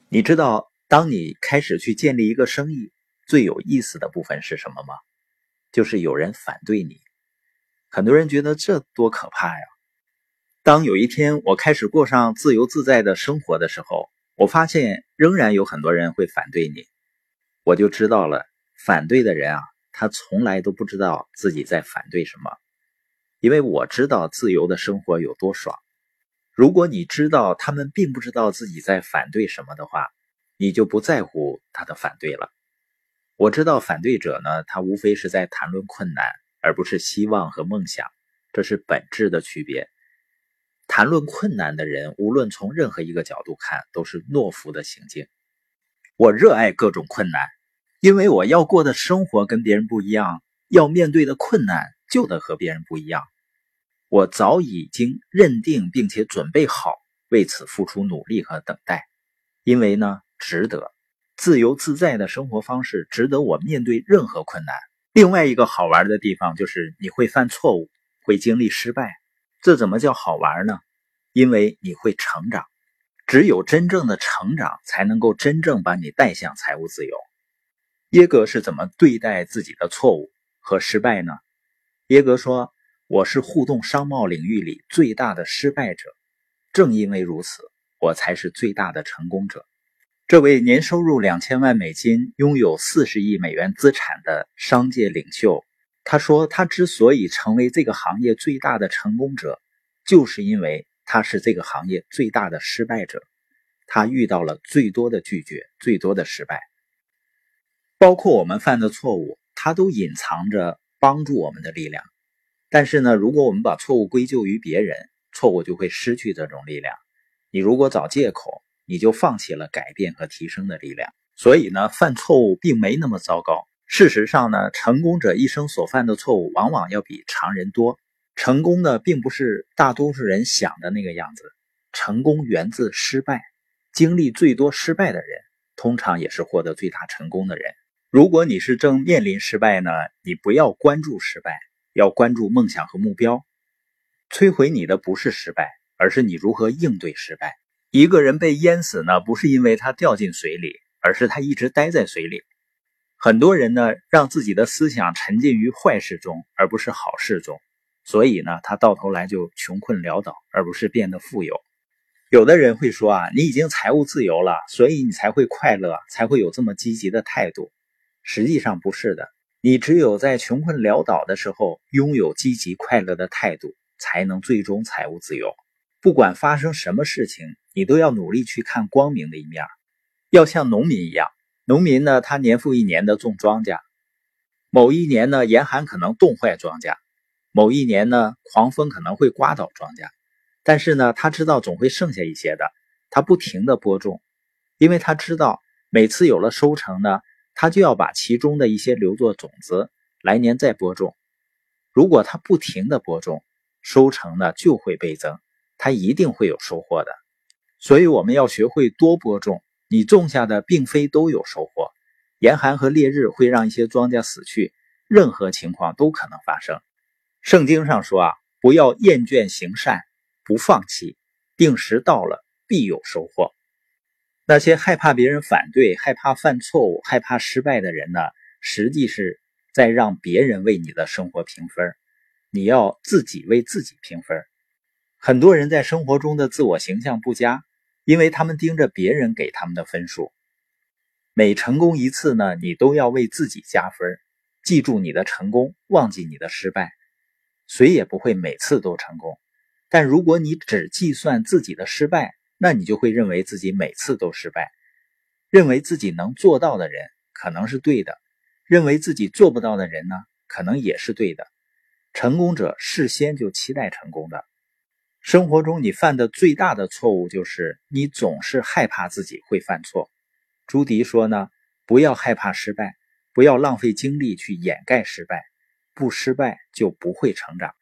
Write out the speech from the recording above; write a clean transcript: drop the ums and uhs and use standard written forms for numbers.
你知道，当你开始去建立一个生意，最有意思的部分是什么吗？就是有人反对你。很多人觉得这多可怕呀！当有一天我开始过上自由自在的生活的时候，我发现仍然有很多人会反对你。我就知道了，反对的人啊，他从来都不知道自己在反对什么。因为我知道自由的生活有多爽。如果你知道他们并不知道自己在反对什么的话，你就不在乎他的反对了。我知道反对者呢，他无非是在谈论困难，而不是希望和梦想，这是本质的区别。谈论困难的人，无论从任何一个角度看，都是懦夫的行径。我热爱各种困难，因为我要过的生活跟别人不一样，要面对的困难就得和别人不一样。我早已经认定并且准备好为此付出努力和等待，因为呢，值得。自由自在的生活方式值得我面对任何困难。另外一个好玩的地方就是你会犯错误，会经历失败。这怎么叫好玩呢？因为你会成长。只有真正的成长才能够真正把你带向财务自由。耶格是怎么对待自己的错误和失败呢？耶格说，我是互动商贸领域里最大的失败者，正因为如此，我才是最大的成功者。这位年收入2000万美金、拥有40亿美元资产的商界领袖，他说他之所以成为这个行业最大的成功者，就是因为他是这个行业最大的失败者。他遇到了最多的拒绝，最多的失败。包括我们犯的错误，他都隐藏着帮助我们的力量。但是呢，如果我们把错误归咎于别人，错误就会失去这种力量。你如果找借口，你就放弃了改变和提升的力量。所以呢，犯错误并没那么糟糕。事实上呢，成功者一生所犯的错误往往要比常人多。成功的并不是大多数人想的那个样子。成功源自失败，经历最多失败的人，通常也是获得最大成功的人。如果你是正面临失败呢，你不要关注失败，要关注梦想和目标。摧毁你的不是失败，而是你如何应对失败。一个人被淹死呢，不是因为他掉进水里，而是他一直待在水里。很多人呢，让自己的思想沉浸于坏事中，而不是好事中，所以呢，他到头来就穷困潦倒，而不是变得富有。有的人会说你已经财务自由了，所以你才会快乐，才会有这么积极的态度。实际上不是的，你只有在穷困潦倒的时候，拥有积极快乐的态度，才能最终财务自由。不管发生什么事情，你都要努力去看光明的一面。要像农民一样，农民呢，他年复一年的种庄稼，某一年呢，严寒可能冻坏庄稼，某一年呢，狂风可能会刮倒庄稼。但是呢，他知道总会剩下一些的，他不停地播种，因为他知道每次有了收成呢，他就要把其中的一些留作种子，来年再播种。如果他不停地播种，收成呢就会倍增，他一定会有收获的。所以我们要学会多播种，你种下的并非都有收获。严寒和烈日会让一些庄稼死去，任何情况都可能发生。圣经上说不要厌倦行善，不放弃，定时到了必有收获。那些害怕别人反对、害怕犯错误、害怕失败的人呢，实际是在让别人为你的生活评分。你要自己为自己评分。很多人在生活中的自我形象不佳，因为他们盯着别人给他们的分数。每成功一次呢，你都要为自己加分。记住你的成功，忘记你的失败。谁也不会每次都成功，但如果你只计算自己的失败，那你就会认为自己每次都失败。认为自己能做到的人可能是对的，认为自己做不到的人呢，可能也是对的。成功者事先就期待成功的。生活中你犯的最大的错误就是你总是害怕自己会犯错。朱迪说呢，不要害怕失败，不要浪费精力去掩盖失败，不失败就不会成长。